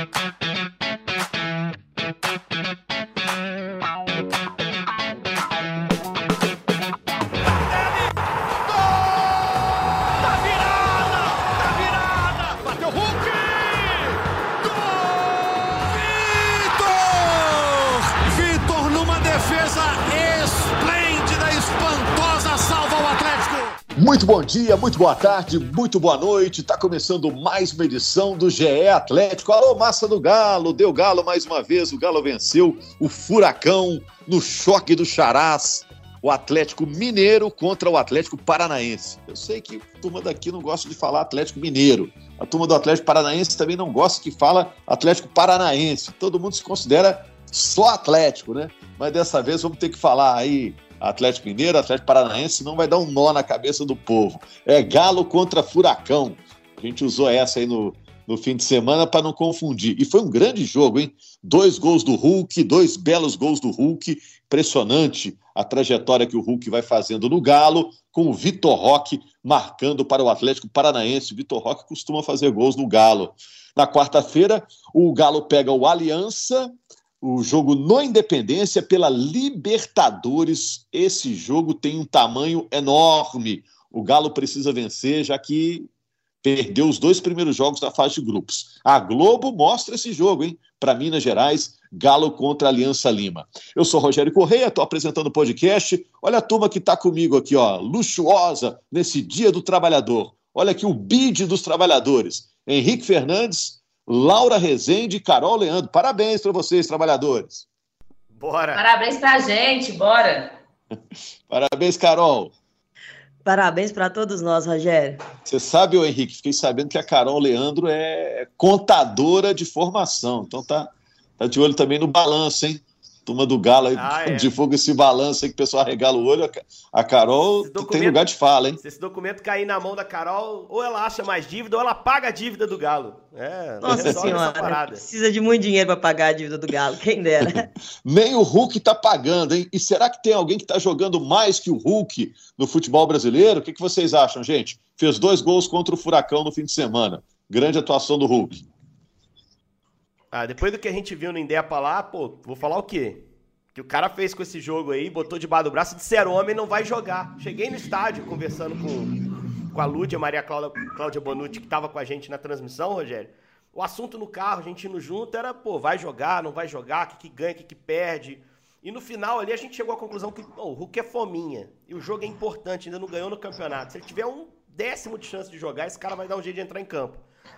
Muito bom dia, muito boa tarde, muito boa noite. Tá começando mais uma edição do GE Atlético. Alô, massa do Galo, deu Galo mais uma vez. O Galo venceu o Furacão no choque do Charás. O Atlético Mineiro contra o Atlético Paranaense. Eu sei que a turma daqui não gosta de falar Atlético Mineiro. A turma do Atlético Paranaense também não gosta que fala Atlético Paranaense. Todo mundo se considera só Atlético, né? Mas dessa vez vamos ter que falar aí Atlético Mineiro, Atlético Paranaense, senão vai dar um nó na cabeça do povo. É Galo contra Furacão. A gente usou essa aí no fim de semana para não confundir. E foi um grande jogo, hein? 2 gols do Hulk, 2 belos gols do Hulk. Impressionante a trajetória que o Hulk vai fazendo no Galo, com o Vitor Roque marcando para o Atlético Paranaense. O Vitor Roque costuma fazer gols no Galo. Na quarta-feira, o Galo pega o Aliança, o jogo no Independência pela Libertadores. Esse jogo tem um tamanho enorme. O Galo precisa vencer, já que perdeu os 2 primeiros jogos da fase de grupos. A Globo mostra esse jogo, hein? Para Minas Gerais, Galo contra Aliança Lima. Eu sou Rogério Correia, estou apresentando o podcast. Olha a turma que está comigo aqui, ó, luxuosa, nesse Dia do Trabalhador. Olha aqui o bid dos trabalhadores. Henrique Fernandes, Laura Rezende e Carol Leandro. Parabéns para vocês, trabalhadores. Bora. Parabéns pra gente, bora. Parabéns, Carol. Parabéns para todos nós, Rogério. Você sabe, ô Henrique, fiquei sabendo que a Carol Leandro é contadora de formação. Então tá de olho também no balanço, hein? Turma do Galo aí, divulga esse balanço aí que o pessoal arregala o olho. A Carol tem lugar de fala, hein? Se esse documento cair na mão da Carol, ou ela acha mais dívida, ou ela paga a dívida do Galo. Nossa senhora, precisa de muito dinheiro para pagar a dívida do Galo, quem dera. Nem o Hulk tá pagando, hein? E será que tem alguém que tá jogando mais que o Hulk no futebol brasileiro? O que vocês acham, gente? Fez 2 gols contra o Furacão no fim de semana. Grande atuação do Hulk. Depois do que a gente viu no Indepa lá, vou falar o quê? Que o cara fez com esse jogo aí, botou debaixo do braço, disseram, homem não vai jogar. Cheguei no estádio conversando com a Lúdia, Maria Cláudia Bonucci, que tava com a gente na transmissão, Rogério. O assunto no carro, a gente indo junto, era, vai jogar, não vai jogar, o que ganha, o que perde. E no final ali a gente chegou à conclusão que o Hulk é fominha. E o jogo é importante, ainda não ganhou no campeonato. Se ele tiver 1/10 de chance de jogar, esse cara vai dar um jeito de entrar em campo.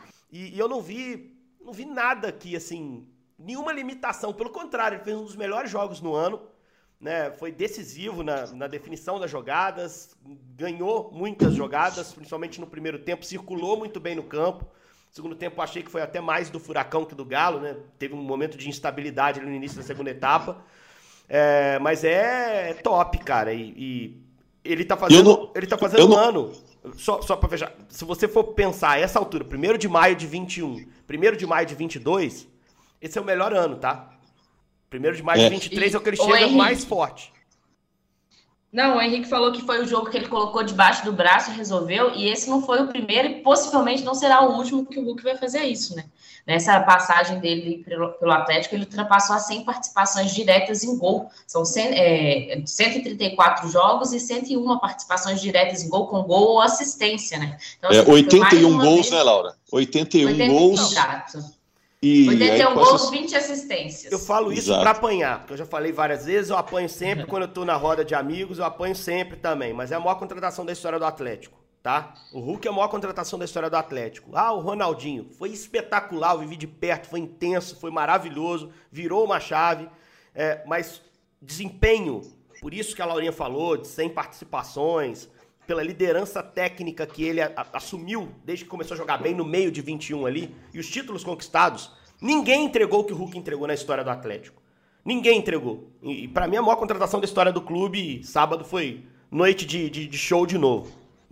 E eu não vi nada aqui, assim, nenhuma limitação. Pelo contrário, ele fez um dos melhores jogos no ano, né? Foi decisivo na definição das jogadas, ganhou muitas jogadas, principalmente no primeiro tempo, circulou muito bem no campo. No segundo tempo, achei que foi até mais do Furacão que do Galo, né? Teve um momento de instabilidade ali no início da segunda etapa. Mas é top, cara. E ele tá fazendo, um ano... Só pra fechar, se você for pensar a essa altura, 1º de maio de 21, 1º de maio de 22, esse é o melhor ano, tá? 1º de maio de 23 é o que ele chega mais forte. Não, o Henrique falou que foi o jogo que ele colocou debaixo do braço e resolveu, e esse não foi o primeiro e possivelmente não será o último que o Hulk vai fazer isso, né? Nessa passagem dele pelo Atlético, ele ultrapassou as 100 participações diretas em gol. São 134 jogos e 101 participações diretas em gol, com gol ou assistência, né? Então, assim, 81 gols, né, Laura? 81 gols. Exato. E 81 gols, 20 assistências. Eu falo isso pra apanhar, porque eu já falei várias vezes, eu apanho sempre, quando eu tô na roda de amigos, eu apanho sempre também, mas é a maior contratação da história do Atlético, tá? O Hulk é a maior contratação da história do Atlético. O Ronaldinho, foi espetacular, eu vivi de perto, foi intenso, foi maravilhoso, virou uma chave, mas desempenho, por isso que a Laurinha falou, de 100 participações, pela liderança técnica que ele assumiu desde que começou a jogar bem no meio de 21 ali, e os títulos conquistados, ninguém entregou o que o Hulk entregou na história do Atlético. Ninguém entregou. E pra mim, a maior contratação da história do clube, sábado, foi noite de show de novo.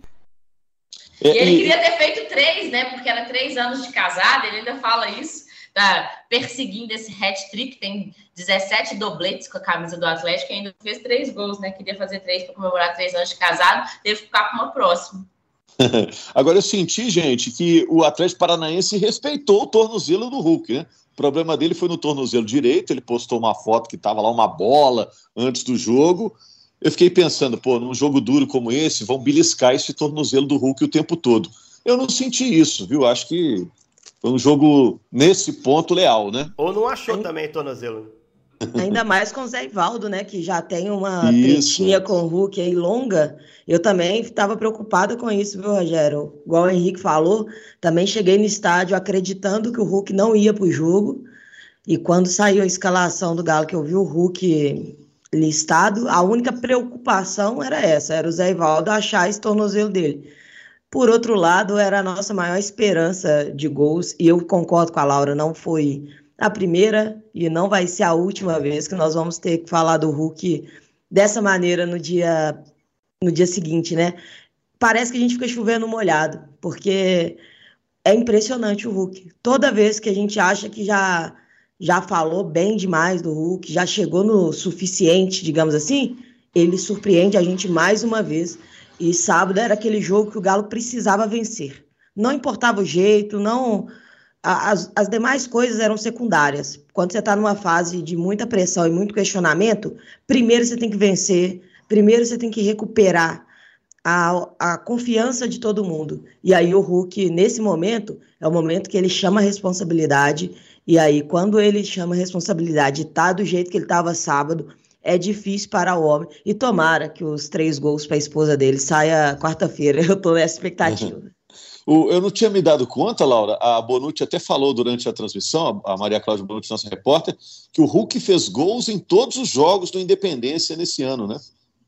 E ele queria ter feito 3, né? Porque era 3 anos de casado, ele ainda fala isso, tá perseguindo esse hat-trick, tem 17 dobletes com a camisa do Atlético e ainda fez 3 gols, né? Queria fazer 3 para comemorar 3 anos de casado, teve que ficar para uma próxima. Agora eu senti, gente, que o Atlético Paranaense respeitou o tornozelo do Hulk, né? O problema dele foi no tornozelo direito, ele postou uma foto que estava lá uma bola antes do jogo. Eu fiquei pensando, pô, num jogo duro como esse, vão beliscar esse tornozelo do Hulk o tempo todo. Eu não senti isso, viu? Acho que foi um jogo, nesse ponto, leal, né? Ou não achou também tornozelo. Ainda mais com o Zé Ivaldo, né? Que já tem uma tretinha com o Hulk aí longa. Eu também estava preocupada com isso, viu, Rogério? Igual o Henrique falou, também cheguei no estádio acreditando que o Hulk não ia pro jogo. E quando saiu a escalação do Galo, que eu vi o Hulk listado, a única preocupação era essa, era o Zé Ivaldo achar esse tornozelo dele. Por outro lado, era a nossa maior esperança de gols, e eu concordo com a Laura, não foi a primeira e não vai ser a última vez que nós vamos ter que falar do Hulk dessa maneira no dia seguinte, né? Parece que a gente fica chovendo molhado, porque é impressionante o Hulk. Toda vez que a gente acha que já falou bem demais do Hulk, já chegou no suficiente, digamos assim, ele surpreende a gente mais uma vez. E sábado era aquele jogo que o Galo precisava vencer. Não importava o jeito, não... As demais coisas eram secundárias. Quando você está numa fase de muita pressão e muito questionamento, primeiro você tem que vencer, primeiro você tem que recuperar a confiança de todo mundo. E aí o Hulk, nesse momento, é o momento que ele chama a responsabilidade, e aí quando ele chama a responsabilidade e tá do jeito que ele estava sábado, é difícil para o homem, e tomara que os 3 gols para a esposa dele saia quarta-feira. Eu estou nessa expectativa. Eu não tinha me dado conta, Laura, a Bonucci até falou durante a transmissão, a Maria Cláudia Bonucci, nossa repórter, que o Hulk fez gols em todos os jogos do Independência nesse ano, né?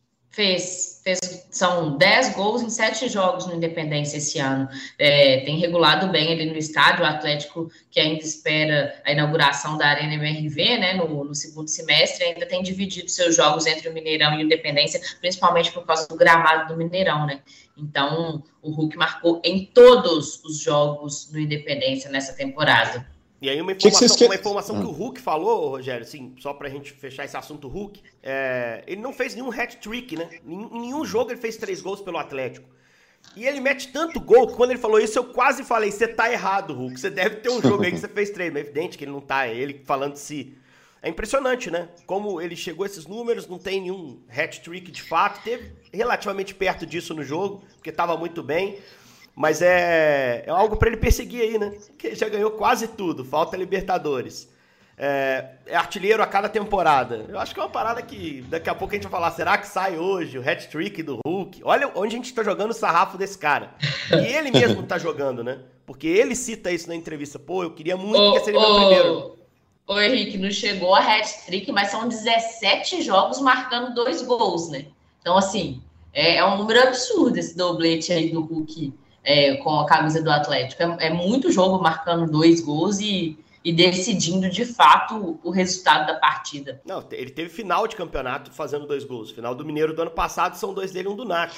Fez, são 10 gols em 7 jogos no Independência esse ano. Tem regulado bem ali no estádio, o Atlético, que ainda espera a inauguração da Arena MRV, né, no segundo semestre, ainda tem dividido seus jogos entre o Mineirão e o Independência, principalmente por causa do gramado do Mineirão, né? Então, o Hulk marcou em todos os jogos no Independência nessa temporada. E aí uma informação que o Hulk falou, Rogério, assim, só pra gente fechar esse assunto Hulk, ele não fez nenhum hat-trick, né? Em nenhum jogo ele fez 3 gols pelo Atlético. E ele mete tanto gol que quando ele falou isso eu quase falei, você tá errado, Hulk, você deve ter um jogo aí que você fez 3, mas é evidente que ele não tá, é ele falando de si. É impressionante, né? Como ele chegou a esses números, não tem nenhum hat-trick de fato, teve relativamente perto disso no jogo, porque tava muito bem. Mas é algo para ele perseguir aí, né? Porque ele já ganhou quase tudo, falta Libertadores. É artilheiro a cada temporada. Eu acho que é uma parada que daqui a pouco a gente vai falar, será que sai hoje o hat-trick do Hulk? Olha onde a gente tá jogando o sarrafo desse cara. E ele mesmo tá jogando, né? Porque ele cita isso na entrevista. Pô, eu queria muito que seria meu primeiro. Ô, Henrique, não chegou a hat-trick, mas são 17 jogos marcando 2 gols, né? Então, assim, é um número absurdo esse doblete aí do Hulk. Com a camisa do Atlético. É muito jogo marcando 2 gols e decidindo, de fato, o resultado da partida. Não, ele teve final de campeonato fazendo 2 gols. Final do Mineiro do ano passado são 2 dele e 1 do Nath.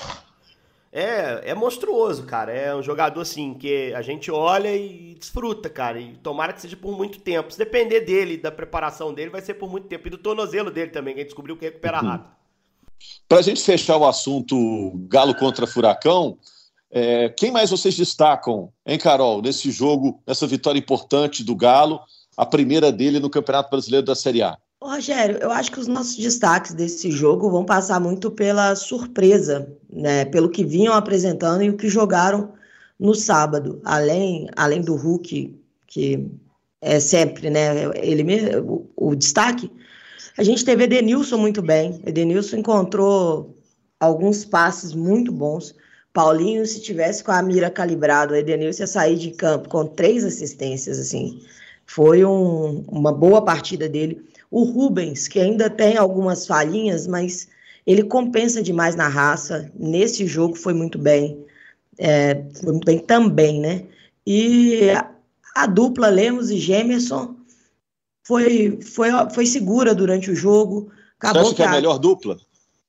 É monstruoso, cara. É um jogador, assim, que a gente olha e desfruta, cara. E tomara que seja por muito tempo. Se depender dele, da preparação dele, vai ser por muito tempo. E do tornozelo dele também, que a gente descobriu que recupera rápido. Pra gente fechar o assunto Galo contra Furacão, quem mais vocês destacam, hein, Carol, nesse jogo, nessa vitória importante do Galo, a primeira dele no Campeonato Brasileiro da Série A? Ô, Rogério, eu acho que os nossos destaques desse jogo vão passar muito pela surpresa, né, pelo que vinham apresentando e o que jogaram no sábado. Além do Hulk, que é sempre, né, ele mesmo, o destaque, a gente teve Edenilson muito bem. Edenilson encontrou alguns passes muito bons. Paulinho, se tivesse com a mira calibrada, o Edenilson ia sair de campo com 3 assistências, assim. Foi uma boa partida dele. O Rubens, que ainda tem algumas falhinhas, mas ele compensa demais na raça. Nesse jogo foi muito bem. Foi muito bem também, né? E a dupla Lemos e Gemerson foi segura durante o jogo. Você acha que é a melhor dupla?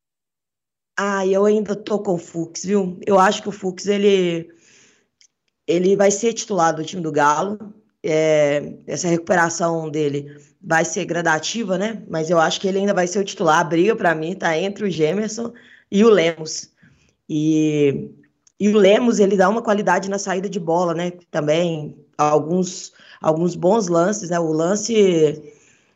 Eu ainda tô com o Fux, viu? Eu acho que o Fux, ele vai ser titular do time do Galo. Essa recuperação dele vai ser gradativa, né? Mas eu acho que ele ainda vai ser o titular. A briga, para mim, tá entre o Gemerson e o Lemos. E E o Lemos, ele dá uma qualidade na saída de bola, né? Também, alguns bons lances, né? O lance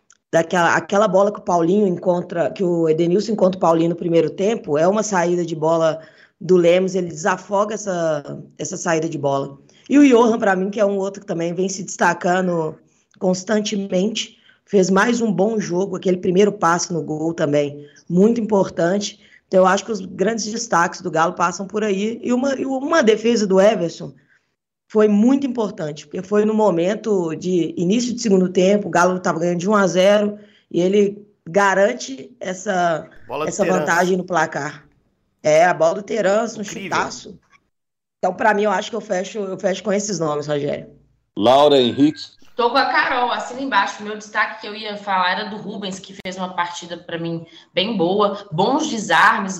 aquela bola que o Paulinho encontra, que o Edenilson encontra o Paulinho no primeiro tempo, é uma saída de bola do Lemos, ele desafoga essa saída de bola. E o Johan, para mim, que é um outro que também vem se destacando constantemente, fez mais um bom jogo, aquele primeiro passe no gol também, muito importante. Então, eu acho que os grandes destaques do Galo passam por aí. E uma defesa do Everson foi muito importante, porque foi no momento de início de segundo tempo, o Galo estava ganhando de 1-0, e ele garante essa vantagem no placar. A bola do Terence, um chutaço. Então, para mim, eu acho que eu fecho com esses nomes, Rogério. Laura, Henrique. Tô com a Carol, assina embaixo. Meu destaque que eu ia falar era do Rubens, que fez uma partida, para mim, bem boa. Bons desarmes,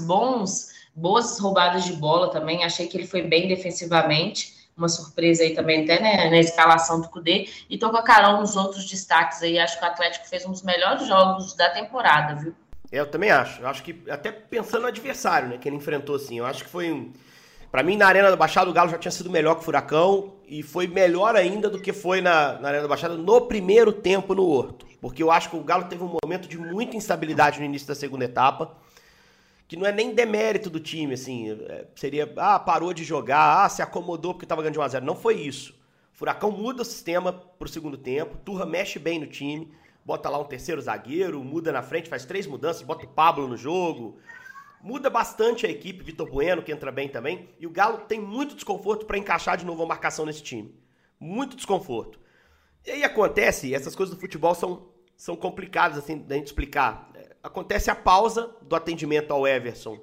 boas roubadas de bola também. Achei que ele foi bem defensivamente. Uma surpresa aí também, até né, na escalação do Cudê. E tô com a Carol nos outros destaques aí. Acho que o Atlético fez um dos melhores jogos da temporada, viu? Eu também acho. Eu acho que, até pensando no adversário, né, que ele enfrentou, assim, eu acho que foi... Pra mim, na Arena da Baixada, o Galo já tinha sido melhor que o Furacão, e foi melhor ainda do que foi na Arena da Baixada no primeiro tempo no Horto. Porque eu acho que o Galo teve um momento de muita instabilidade no início da segunda etapa, que não é nem demérito do time, assim, seria, parou de jogar, se acomodou porque tava ganhando de 1-0. Não foi isso. O Furacão muda o sistema pro segundo tempo, Turra mexe bem no time, bota lá um terceiro zagueiro, muda na frente, faz 3 mudanças, bota o Pablo no jogo... Muda bastante a equipe, Vitor Bueno, que entra bem também, e o Galo tem muito desconforto para encaixar de novo a marcação nesse time. Muito desconforto. E aí acontece, essas coisas do futebol são complicadas assim da gente explicar. Acontece a pausa do atendimento ao Everson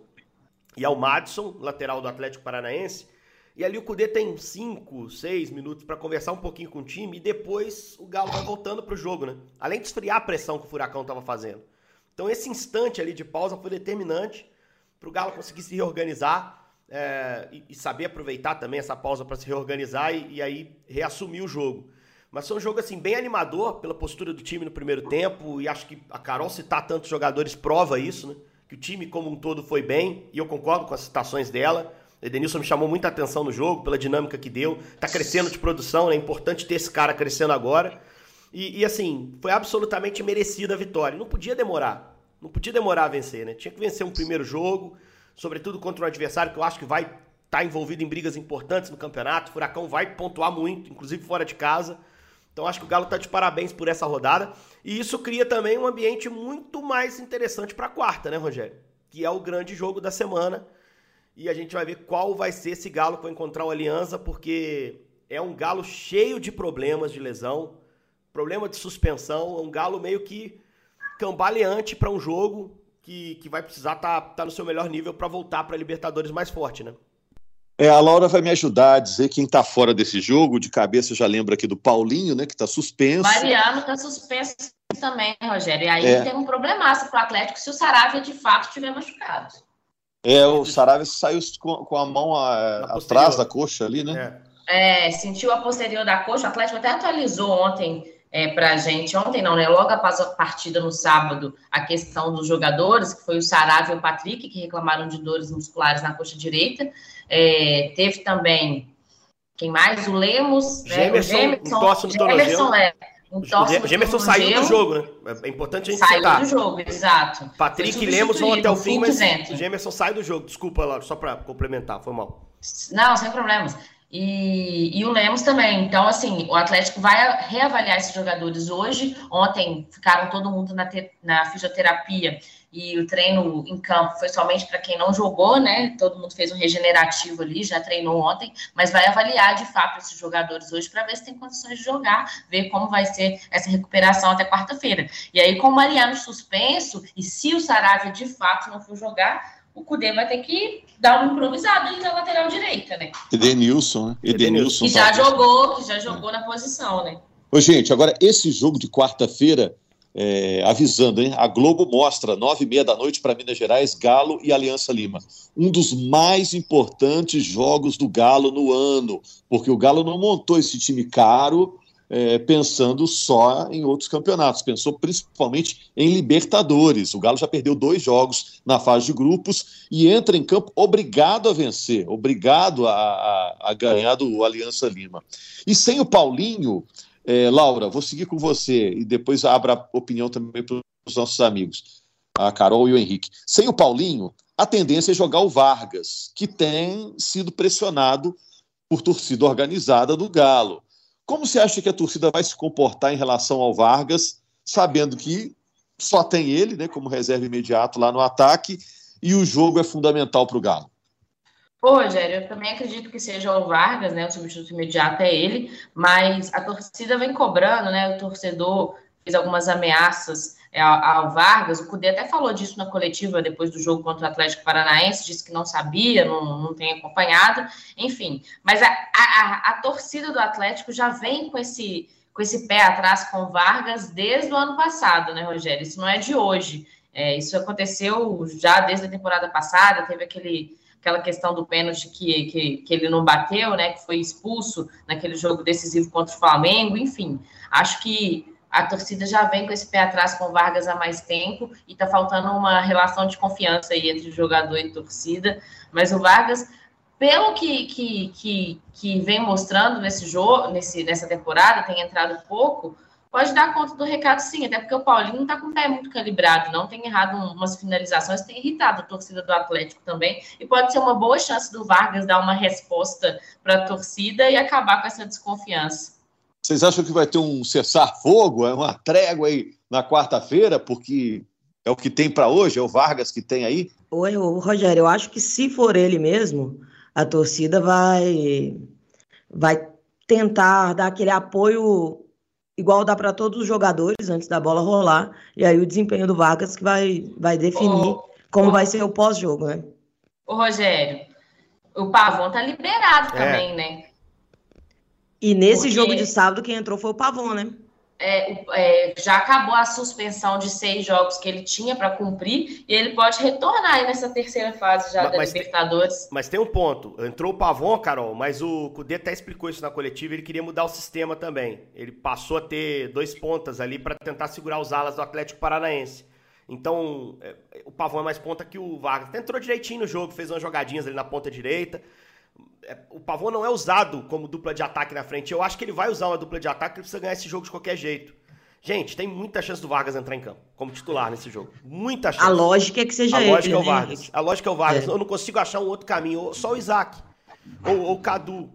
e ao Madison, lateral do Atlético Paranaense, e ali o Cudê tem 5, 6 minutos para conversar um pouquinho com o time, e depois o Galo vai voltando pro jogo, né? Além de esfriar a pressão que o Furacão estava fazendo. Então esse instante ali de pausa foi determinante para o Galo conseguir se reorganizar e saber aproveitar também essa pausa para se reorganizar e aí reassumir o jogo. Mas foi um jogo assim, bem animador pela postura do time no primeiro tempo, e acho que a Carol citar tantos jogadores prova isso, né? Que o time como um todo foi bem, e eu concordo com as citações dela. Edenilson me chamou muita atenção no jogo, pela dinâmica que deu. Tá crescendo de produção, né? É importante ter esse cara crescendo agora. E assim, foi absolutamente merecida a vitória. Não podia demorar a vencer, né? Tinha que vencer um primeiro jogo, sobretudo contra um adversário que eu acho que vai estar envolvido em brigas importantes no campeonato. O Furacão vai pontuar muito, inclusive fora de casa. Então acho que o Galo está de parabéns por essa rodada. E isso cria também um ambiente muito mais interessante para a quarta, né, Rogério? Que é o grande jogo da semana. E a gente vai ver qual vai ser esse Galo que vai encontrar o Alianza, porque é um Galo cheio de problemas de lesão, problema de suspensão, é um Galo meio que cambaleante para um jogo que vai precisar tá no seu melhor nível para voltar para a Libertadores mais forte, né? A Laura vai me ajudar a dizer quem está fora desse jogo. De cabeça eu já lembro aqui do Paulinho, né, que está suspenso. Mariano está suspenso também, Rogério. E aí tem um problemaço para o Atlético se o Saravia de fato estiver machucado. O Saravia saiu com a mão atrás da coxa ali, né? Sentiu a posterior da coxa. O Atlético até atualizou ontem pra gente, ontem não, né? Logo após a partida no sábado, a questão dos jogadores, que foi o Saravia e o Patrick, que reclamaram de dores musculares na coxa direita. Teve também, quem mais? O Lemos, o Gemerson saiu do jogo, né? É importante a gente citar. Saiu do jogo, exato. Patrick e Lemos vão até o fim, mas o Gemerson sai do jogo. Desculpa, Laura, só para complementar, foi mal. Não, sem problemas. E o Lemos também. Então, assim, o Atlético vai reavaliar esses jogadores hoje. Ontem ficaram todo mundo na fisioterapia e o treino em campo foi somente para quem não jogou, né? Todo mundo fez um regenerativo ali, já treinou ontem, mas vai avaliar de fato esses jogadores hoje para ver se tem condições de jogar, ver como vai ser essa recuperação até quarta-feira. E aí, com o Mariano suspenso, e se o Saravia de fato não for jogar, o Cudê vai ter que dar uma improvisada ali na lateral direita, né? Edenilson, né? Edenilson. Que já jogou na posição, né? Ô, gente, agora esse jogo de quarta-feira, avisando, hein? A Globo mostra 9h30 da noite para Minas Gerais, Galo e Aliança Lima. Um dos mais importantes jogos do Galo no ano, porque o Galo não montou esse time caro pensando só em outros campeonatos, pensou principalmente em Libertadores. O Galo já perdeu 2 jogos na fase de grupos e entra em campo obrigado a vencer, obrigado a ganhar do Aliança Lima. E sem o Paulinho, Laura, vou seguir com você e depois abro a opinião também para os nossos amigos, a Carol e o Henrique. Sem o Paulinho, a tendência é jogar o Vargas, que tem sido pressionado por torcida organizada do Galo. Como você acha que a torcida vai se comportar em relação ao Vargas, sabendo que só tem ele, né, como reserva imediato lá no ataque, e o jogo é fundamental para o Galo? Ô, Rogério, eu também acredito que seja o Vargas, né? O substituto imediato é ele, mas a torcida vem cobrando, né? O torcedor fez algumas ameaças ao Vargas. O Cudê até falou disso na coletiva depois do jogo contra o Atlético Paranaense, disse que não sabia, não tem acompanhado, enfim. Mas a torcida do Atlético já vem com esse pé atrás com o Vargas desde o ano passado, né, Rogério? Isso não é de hoje. Isso aconteceu já desde a temporada passada, teve aquela questão do pênalti que ele não bateu, né, que foi expulso naquele jogo decisivo contra o Flamengo, enfim. Acho que a torcida já vem com esse pé atrás com o Vargas há mais tempo e tá faltando uma relação de confiança aí entre jogador e torcida, mas o Vargas, pelo que vem mostrando nesse jogo, nessa temporada, tem entrado pouco, pode dar conta do recado sim, até porque o Paulinho não tá com o pé muito calibrado, não tem errado umas finalizações, tem irritado a torcida do Atlético também, e pode ser uma boa chance do Vargas dar uma resposta para a torcida e acabar com essa desconfiança. Vocês acham que vai ter um cessar-fogo, uma trégua aí na quarta-feira, porque é o que tem para hoje, é o Vargas que tem aí? Oi, Rogério, eu acho que se for ele mesmo, a torcida vai tentar dar aquele apoio igual dá para todos os jogadores antes da bola rolar, e aí o desempenho do Vargas que vai definir como vai ser o pós-jogo, né? Ô, Rogério, o Pavon tá liberado também, né? E nesse jogo de sábado, quem entrou foi o Pavon, né? Já acabou a suspensão de 6 jogos que ele tinha para cumprir e ele pode retornar aí nessa terceira fase já da Libertadores. Mas tem um ponto. Entrou o Pavon, Carol, mas o Cudê até explicou isso na coletiva, ele queria mudar o sistema também. Ele passou a ter 2 pontas ali para tentar segurar os alas do Atlético Paranaense. Então, o Pavon é mais ponta que o Vargas. Até entrou direitinho no jogo, fez umas jogadinhas ali na ponta direita. O Pavon não é usado como dupla de ataque na frente. Eu acho que ele vai usar uma dupla de ataque, ele precisa ganhar esse jogo de qualquer jeito. Gente, tem muita chance do Vargas entrar em campo como titular nesse jogo. Muita chance. A lógica é que seja ele, A lógica é o Vargas. A lógica é o Vargas. Eu não consigo achar um outro caminho. Só o Isaac. Ou o Cadu.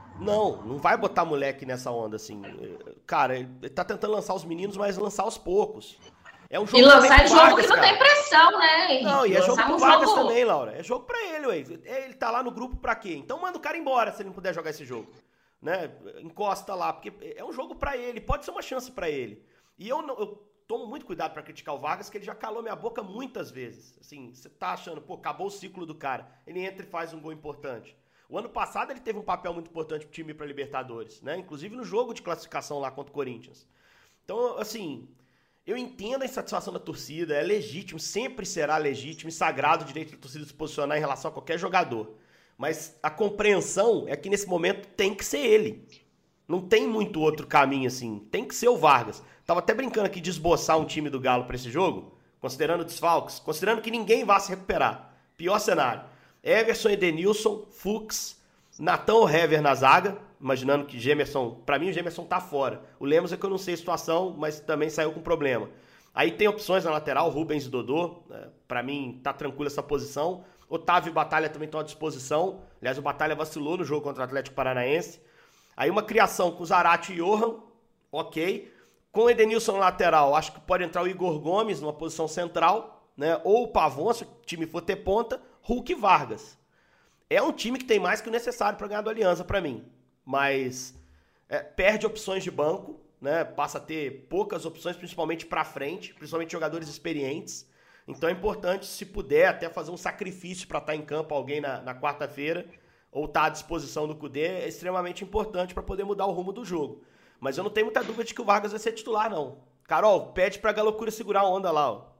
Não vai botar moleque nessa onda assim. Cara, ele tá tentando lançar os meninos, mas lançar aos poucos. É um jogo e lançar em jogo Vargas, que não tem pressão, né, Henrique? Não, e é jogo pro Vargas também, Laura. É jogo pra ele, ué. Ele tá lá no grupo pra quê? Então manda o cara embora se ele não puder jogar esse jogo. Né? Encosta lá, porque é um jogo pra ele, pode ser uma chance pra ele. E eu tomo muito cuidado pra criticar o Vargas, que ele já calou minha boca muitas vezes. Assim, você tá achando, acabou o ciclo do cara. Ele entra e faz um gol importante. O ano passado ele teve um papel muito importante pro time ir pra Libertadores, né? Inclusive no jogo de classificação lá contra o Corinthians. Então, assim... Eu entendo a insatisfação da torcida, é legítimo, sempre será legítimo e sagrado o direito da torcida se posicionar em relação a qualquer jogador. Mas a compreensão é que nesse momento tem que ser ele. Não tem muito outro caminho assim, tem que ser o Vargas. Tava até brincando aqui de esboçar um time do Galo para esse jogo, considerando desfalques, considerando que ninguém vai se recuperar. Pior cenário. Everson, Edenilson, Fux, Natão Hever na zaga, imaginando que Gemerson, pra mim o Gemerson tá fora. O Lemos é que eu não sei a situação, mas também saiu com problema. Aí tem opções na lateral, Rubens e Dodô, pra mim tá tranquila essa posição. Otávio e Batalha também estão à disposição. Aliás, o Batalha vacilou no jogo contra o Atlético Paranaense. Aí uma criação com Zarate e Johan, ok. Com o Edenilson na lateral, acho que pode entrar o Igor Gomes numa posição central, né? Ou o Pavon, se o time for ter ponta, Hulk e Vargas. É um time que tem mais que o necessário para ganhar do Aliança para mim. Mas perde opções de banco, né? Passa a ter poucas opções, principalmente para frente, principalmente jogadores experientes. Então é importante, se puder, até fazer um sacrifício para estar em campo alguém na quarta-feira, ou estar à disposição do Cudê, é extremamente importante para poder mudar o rumo do jogo. Mas eu não tenho muita dúvida de que o Vargas vai ser titular, não. Carol, pede para a Galocura segurar a onda lá, ó.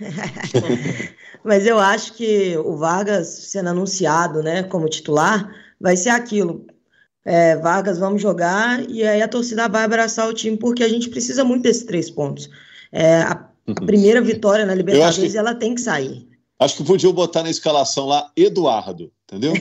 Mas eu acho que o Vargas sendo anunciado, né, como titular, vai ser aquilo. Vargas, vamos jogar, e aí a torcida vai abraçar o time, porque a gente precisa muito desses 3 pontos. A primeira vitória na Libertadores, ela tem que sair. Acho que podiam botar na escalação lá Eduardo, entendeu?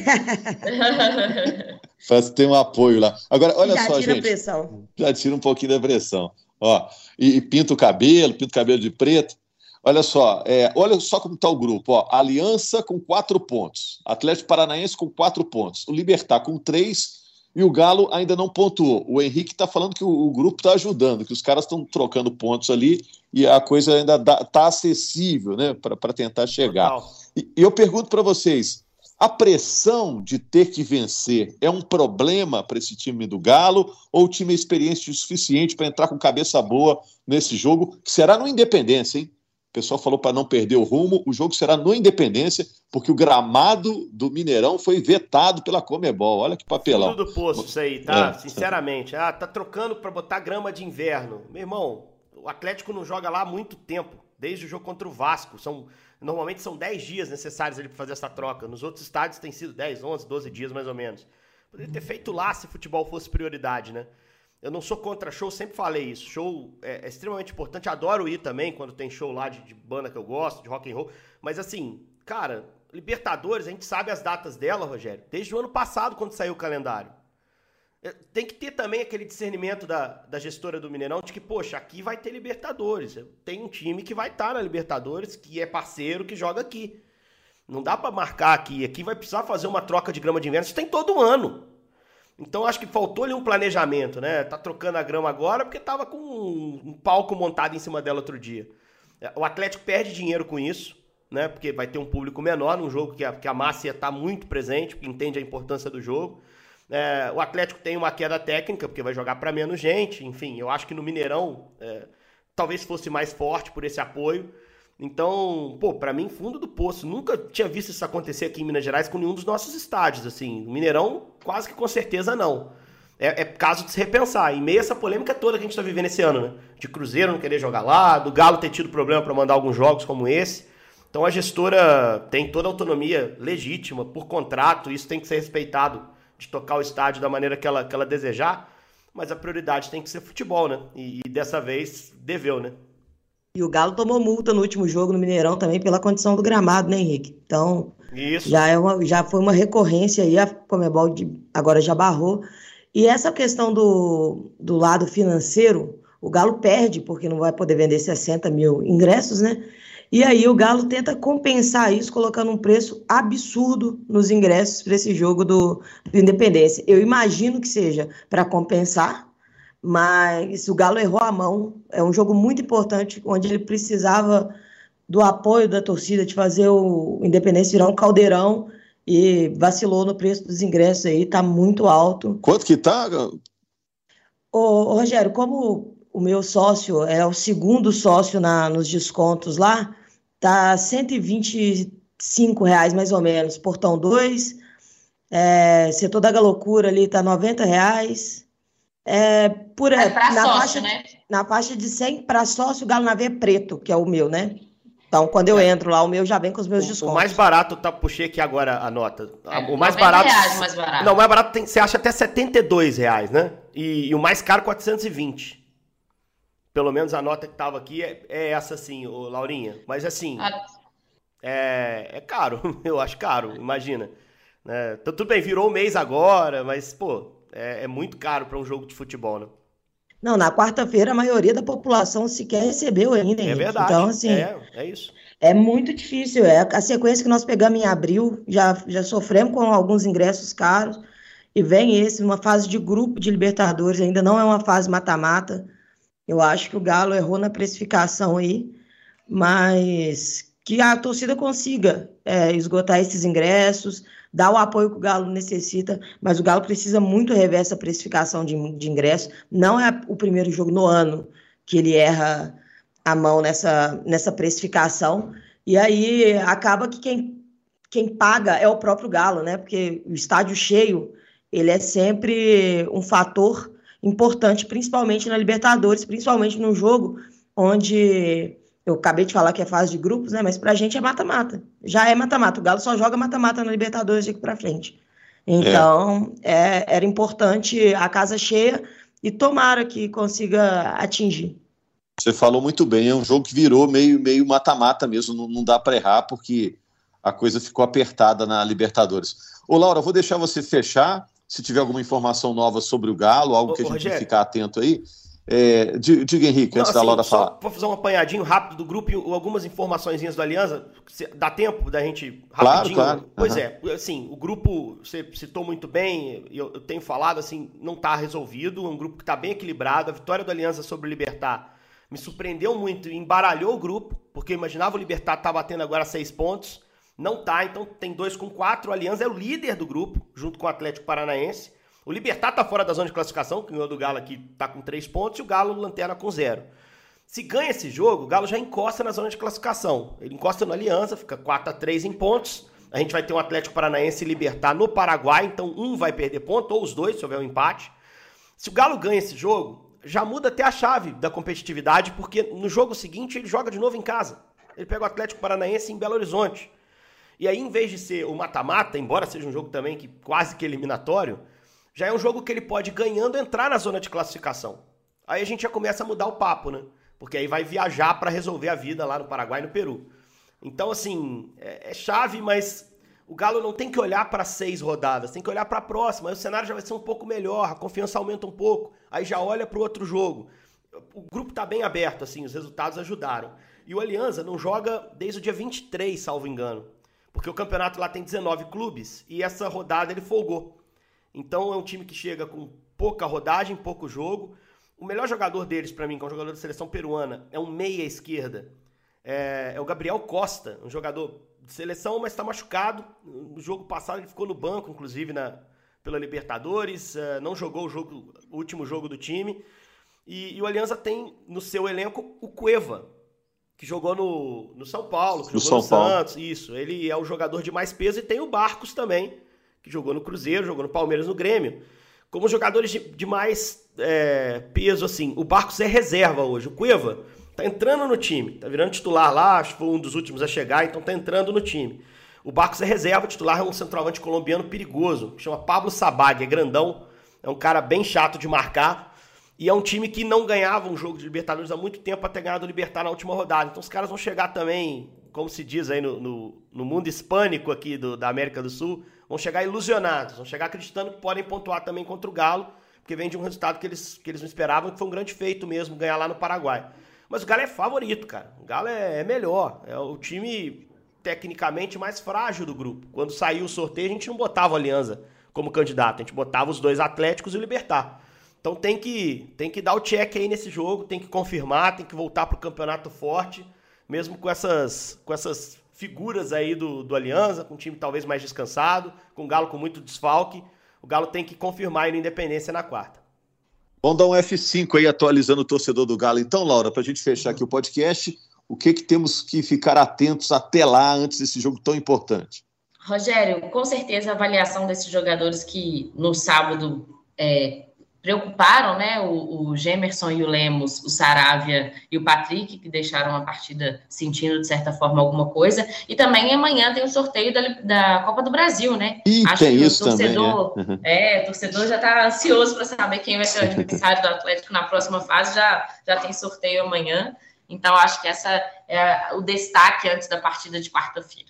Para ter um apoio lá. Agora, olha só, gente. Já tira a pressão. Já tira um pouquinho da pressão. Ó, e pinta o cabelo de preto. Olha só como está o grupo. Ó, Aliança com 4 pontos, Atlético Paranaense com 4 pontos, o Libertad com 3 e o Galo ainda não pontuou. O Henrique está falando que o grupo está ajudando, que os caras estão trocando pontos ali e a coisa ainda está acessível, né, para tentar chegar. E eu pergunto para vocês, a pressão de ter que vencer é um problema para esse time do Galo ou o time é experiente o suficiente para entrar com cabeça boa nesse jogo, que será no Independência, hein? O pessoal falou para não perder o rumo, o jogo será no Independência, porque o gramado do Mineirão foi vetado pela Conmebol. Olha que papelão. Fundo do poço isso aí, tá? Sinceramente. Tá trocando para botar grama de inverno. Meu irmão, o Atlético não joga lá há muito tempo, desde o jogo contra o Vasco. Normalmente são 10 dias necessários ali para fazer essa troca. Nos outros estádios tem sido 10, 11, 12 dias mais ou menos. Poderia ter feito lá se futebol fosse prioridade, né? Eu não sou contra show, sempre falei isso. Show é extremamente importante, adoro ir também quando tem show lá de banda que eu gosto, de rock and roll. Mas assim, cara, Libertadores, a gente sabe as datas dela, Rogério, desde o ano passado, quando saiu o calendário. Tem que ter também aquele discernimento da gestora do Mineirão de que, poxa, aqui vai ter Libertadores. Tem um time que vai estar na Libertadores, que é parceiro, que joga aqui. Não dá pra marcar aqui. Aqui vai precisar fazer uma troca de grama de inverno. Isso tem todo ano. Então acho que faltou ali um planejamento, né? Tá trocando a grama agora porque tava com um palco montado em cima dela outro dia. O Atlético perde dinheiro com isso, né? Porque vai ter um público menor num jogo que a massa ia estar muito presente, porque entende a importância do jogo. O Atlético tem uma queda técnica, porque vai jogar para menos gente. Enfim, eu acho que no Mineirão talvez fosse mais forte por esse apoio. Então, para mim, fundo do poço. Nunca tinha visto isso acontecer aqui em Minas Gerais com nenhum dos nossos estádios, assim. O Mineirão, quase que com certeza não. É caso de se repensar. Em meio a essa polêmica toda que a gente está vivendo esse ano, né? De Cruzeiro não querer jogar lá, do Galo ter tido problema para mandar alguns jogos como esse. Então a gestora tem toda a autonomia legítima, por contrato, isso tem que ser respeitado, de tocar o estádio da maneira que ela desejar. Mas a prioridade tem que ser futebol, né? E dessa vez deveu, né? E o Galo tomou multa no último jogo no Mineirão também pela condição do gramado, né, Henrique? Então, isso. Já foi uma recorrência aí, a Conmebol agora já barrou. E essa questão do lado financeiro, o Galo perde, porque não vai poder vender 60 mil ingressos, né? E aí o Galo tenta compensar isso, colocando um preço absurdo nos ingressos para esse jogo do Independência. Eu imagino que seja para compensar, mas o Galo errou a mão. É um jogo muito importante, onde ele precisava do apoio da torcida, de fazer o Independência virar um caldeirão, e vacilou no preço dos ingressos aí, tá muito alto. Quanto que tá? Ô, Rogério, como o meu sócio é o segundo sócio nos descontos lá, tá R$ 125 mais ou menos, portão 2, setor da Galocura ali tá R$ 90. Sócio, né? Na faixa de 100 para sócio, o Galo na veia preto, que é o meu, né? Então, quando eu entro lá, o meu já vem com os meus descontos. O mais barato, puxei aqui agora a nota. O mais barato. R$90 mais barato. Não, o mais barato você acha até R$72, né? E o mais caro, 420. Pelo menos a nota que tava aqui é essa, assim, Laurinha. Mas assim, é caro. Eu acho caro, imagina. Tudo bem, virou o mês agora, mas, é muito caro para um jogo de futebol, né? Não, na quarta-feira a maioria da população sequer recebeu ainda. É verdade. Então, assim, é isso. É muito difícil. A sequência que nós pegamos em abril, já sofremos com alguns ingressos caros, e vem uma fase de grupo de Libertadores, ainda não é uma fase mata-mata. Eu acho que o Galo errou na precificação aí, mas que a torcida consiga esgotar esses ingressos, dar o apoio que o Galo necessita, mas o Galo precisa muito rever essa precificação de ingresso. Não é o primeiro jogo no ano que ele erra a mão nessa precificação, e aí acaba que quem paga é o próprio Galo, né? Porque o estádio cheio, ele é sempre um fator importante, principalmente na Libertadores, principalmente num jogo onde... Eu acabei de falar que é fase de grupos, né? Mas pra gente é mata-mata. Já é mata-mata. O Galo só joga mata-mata na Libertadores daqui pra frente. Então, era importante a casa cheia e tomara que consiga atingir. Você falou muito bem, é um jogo que virou meio mata-mata mesmo, não dá para errar, porque a coisa ficou apertada na Libertadores. Ô, Laura, vou deixar você fechar, se tiver alguma informação nova sobre o Galo, algo que a gente tem que ficar atento aí. Diga, Henrique, antes da Laura falar. Vou fazer um apanhadinho rápido do grupo e algumas informaçõezinhas do Alianza. Dá tempo da gente rapidinho? Claro. Pois assim, o grupo, você citou muito bem, eu tenho falado, assim, não está resolvido, é um grupo que está bem equilibrado. A vitória do Alianza sobre o Libertad me surpreendeu muito e embaralhou o grupo, porque eu imaginava o Libertad tá batendo agora 6 pontos, não tá, então tem 2 com 4, o Alianza é o líder do grupo, junto com o Atlético Paranaense. O Libertad tá fora da zona de classificação, que ganhou do Galo aqui, tá com 3 pontos, e o Galo lanterna com 0. Se ganha esse jogo, o Galo já encosta na zona de classificação. Ele encosta no Alianza, fica 4-3 em pontos. A gente vai ter um Atlético Paranaense e Libertad no Paraguai, então um vai perder ponto, ou os dois, se houver um empate. Se o Galo ganha esse jogo, já muda até a chave da competitividade, porque no jogo seguinte ele joga de novo em casa. Ele pega o Atlético Paranaense em Belo Horizonte. E aí, em vez de ser o mata-mata, embora seja um jogo também que quase que eliminatório, já é um jogo que ele pode, ganhando, entrar na zona de classificação. Aí a gente já começa a mudar o papo, né? Porque aí vai viajar para resolver a vida lá no Paraguai e no Peru. Então, assim, é chave, mas o Galo não tem que olhar para 6 rodadas, tem que olhar para a próxima. Aí o cenário já vai ser um pouco melhor, a confiança aumenta um pouco, aí já olha para o outro jogo. O grupo está bem aberto, assim, os resultados ajudaram. E o Alianza não joga desde o dia 23, salvo engano, porque o campeonato lá tem 19 clubes e essa rodada ele folgou. Então é um time que chega com pouca rodagem, pouco jogo. O melhor jogador deles, para mim, que é um jogador da seleção peruana, é um meia esquerda. É o Gabriel Costa, um jogador de seleção, mas está machucado. No jogo passado ele ficou no banco, inclusive pela Libertadores, não jogou o último jogo do time. E o Alianza tem no seu elenco o Cueva, que jogou no São Paulo, que jogou no Santos. Isso, ele é o jogador de mais peso, e tem o Barcos também, que jogou no Cruzeiro, jogou no Palmeiras, no Grêmio. Como jogadores de mais peso, assim. O Barcos é reserva hoje. O Cueva tá entrando no time, tá virando titular lá, acho que foi um dos últimos a chegar, então tá entrando no time. O Barcos é reserva, o titular é um centroavante colombiano perigoso, que chama Pablo Sabag, é grandão, é um cara bem chato de marcar, e é um time que não ganhava um jogo de Libertadores há muito tempo até ganhar do Libertad na última rodada. Então os caras vão chegar também, como se diz aí no mundo hispânico aqui da América do Sul, vão chegar ilusionados, vão chegar acreditando que podem pontuar também contra o Galo, porque vem de um resultado que eles não esperavam, que foi um grande feito mesmo, ganhar lá no Paraguai. Mas o Galo é favorito, cara. O Galo é melhor. É o time tecnicamente mais frágil do grupo. Quando saiu o sorteio, a gente não botava o Alianza como candidato. A gente botava os 2 Atléticos e o Libertad. Então tem que dar o check aí nesse jogo, tem que confirmar, tem que voltar pro campeonato forte, mesmo com essas figuras aí do Alianza, com um time talvez mais descansado, com o Galo com muito desfalque. O Galo tem que confirmar aí na Independência na quarta. Vamos dar um F5 aí, atualizando o torcedor do Galo. Então, Laura, para a gente fechar aqui o podcast, o que temos que ficar atentos até lá, antes desse jogo tão importante? Rogério, com certeza a avaliação desses jogadores que no sábado preocuparam, né? O Gemerson e o Lemos, o Saravia e o Patrick, que deixaram a partida sentindo, de certa forma, alguma coisa. E também amanhã tem o sorteio da Copa do Brasil, né? E acho tem que isso o torcedor, também, o torcedor já está ansioso para saber quem vai ser o adversário do Atlético na próxima fase. Já tem sorteio amanhã. Então, acho que essa é o destaque antes da partida de quarta-feira.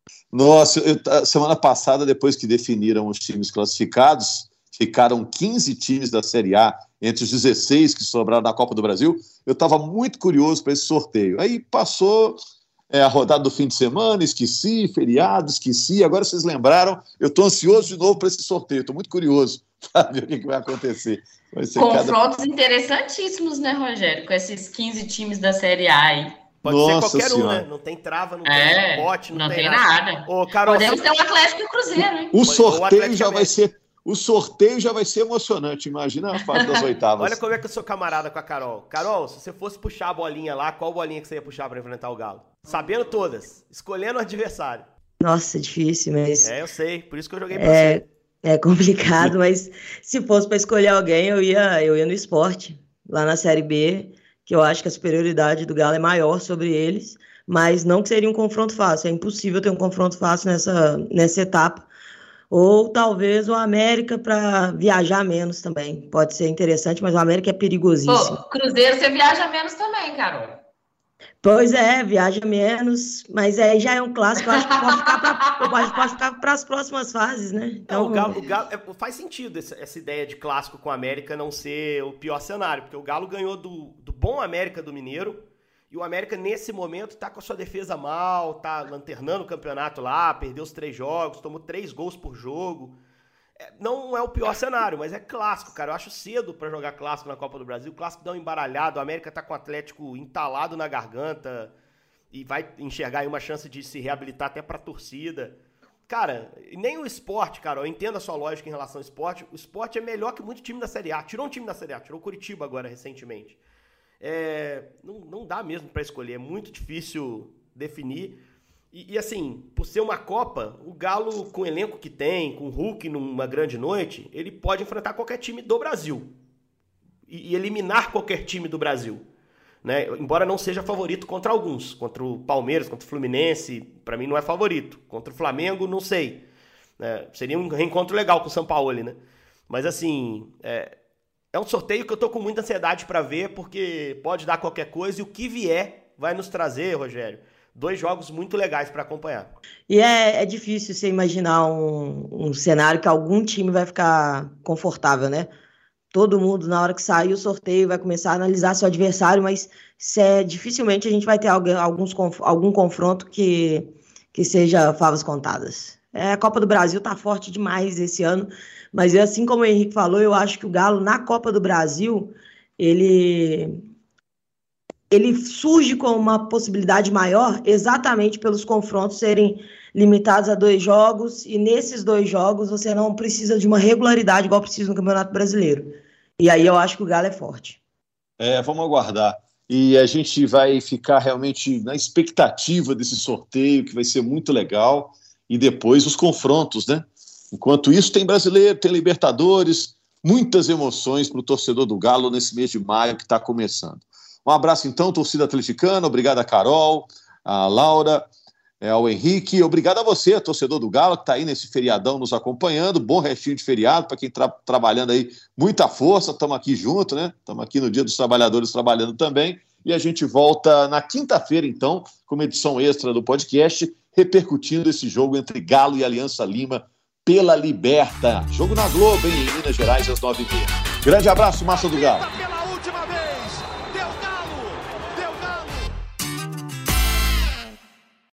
Nossa, semana passada, depois que definiram os times classificados, ficaram 15 times da Série A entre os 16 que sobraram na Copa do Brasil. Eu estava muito curioso para esse sorteio. Aí passou a rodada do fim de semana, esqueci, feriado, esqueci. Agora vocês lembraram, eu estou ansioso de novo para esse sorteio. Estou muito curioso para ver o que vai acontecer. Vai ser confrontos interessantíssimos, né, Rogério? Com esses 15 times da Série A aí. Pode ser qualquer um, né? Não tem trava, não tem bote, não tem nada. Ô, Carol, podemos ter um Atlético e o Cruzeiro, hein? O sorteio já vai ser... O sorteio já vai ser emocionante, imagina a fase das oitavas. Olha como é que eu sou camarada com a Carol. Carol, se você fosse puxar a bolinha lá, qual bolinha que você ia puxar pra enfrentar o Galo? Sabendo todas, escolhendo o adversário. Nossa, difícil, mas... Eu sei, por isso que eu joguei pra você. É complicado, mas se fosse pra escolher alguém, eu ia no Sport, lá na Série B, que eu acho que a superioridade do Galo é maior sobre eles, mas não que seria um confronto fácil, é impossível ter um confronto fácil nessa etapa. ou talvez o América para viajar menos também. Pode ser interessante, mas o América é perigosíssimo. Pô, Cruzeiro você viaja menos também, Carol. Pois é, viaja menos, mas aí já é um clássico, eu acho que pode ficar para as próximas fases, né? Então, o Galo faz sentido essa ideia de clássico com o América não ser o pior cenário, porque o Galo ganhou do bom América do Mineiro, e o América, nesse momento, tá com a sua defesa mal, tá lanternando o campeonato lá, perdeu os 3 jogos, tomou 3 gols por jogo. Não é o pior cenário, mas é clássico, cara. Eu acho cedo pra jogar clássico na Copa do Brasil. O clássico dá um embaralhado, o América tá com o Atlético entalado na garganta e vai enxergar aí uma chance de se reabilitar até pra torcida. Cara, nem o Sport, cara, eu entendo a sua lógica em relação ao Sport. O Sport é melhor que muito time da Série A. Tirou um time da Série A, tirou o Curitiba agora recentemente. Não dá mesmo pra escolher, é muito difícil definir. E assim, por ser uma Copa, o Galo, com o elenco que tem, com o Hulk numa grande noite, ele pode enfrentar qualquer time do Brasil e eliminar qualquer time do Brasil, né? Embora não seja favorito contra alguns, contra o Palmeiras, contra o Fluminense, para mim não é favorito. Contra o Flamengo, não sei. Seria um reencontro legal com o Sampaoli, né? Mas assim, é um sorteio que eu tô com muita ansiedade para ver, porque pode dar qualquer coisa e o que vier vai nos trazer, Rogério, 2 jogos muito legais para acompanhar. E é difícil você imaginar um cenário que algum time vai ficar confortável, né? Todo mundo, na hora que sair o sorteio, vai começar a analisar seu adversário, mas dificilmente a gente vai ter algum confronto que seja favas contadas. A Copa do Brasil tá forte demais esse ano, mas assim como o Henrique falou, eu acho que o Galo, na Copa do Brasil, ele surge com uma possibilidade maior exatamente pelos confrontos serem limitados a 2 jogos, e nesses 2 jogos você não precisa de uma regularidade igual precisa no Campeonato Brasileiro. E aí eu acho que o Galo é forte. Vamos aguardar. E a gente vai ficar realmente na expectativa desse sorteio, que vai ser muito legal, e depois os confrontos, né? Enquanto isso, tem Brasileiro, tem Libertadores, muitas emoções para o torcedor do Galo nesse mês de maio que está começando. Um abraço, então, torcida atleticana. Obrigado a Carol, a Laura, ao Henrique. Obrigado a você, torcedor do Galo, que está aí nesse feriadão nos acompanhando. Bom restinho de feriado para quem está trabalhando aí. Muita força, estamos aqui junto, né? Estamos aqui no Dia dos Trabalhadores trabalhando também. E a gente volta na quinta-feira, então, com uma edição extra do podcast, repercutindo esse jogo entre Galo e Aliança Lima pela Liberta. Jogo na Globo, hein, em Minas Gerais, às 9h30. Grande abraço, Massa do Galo.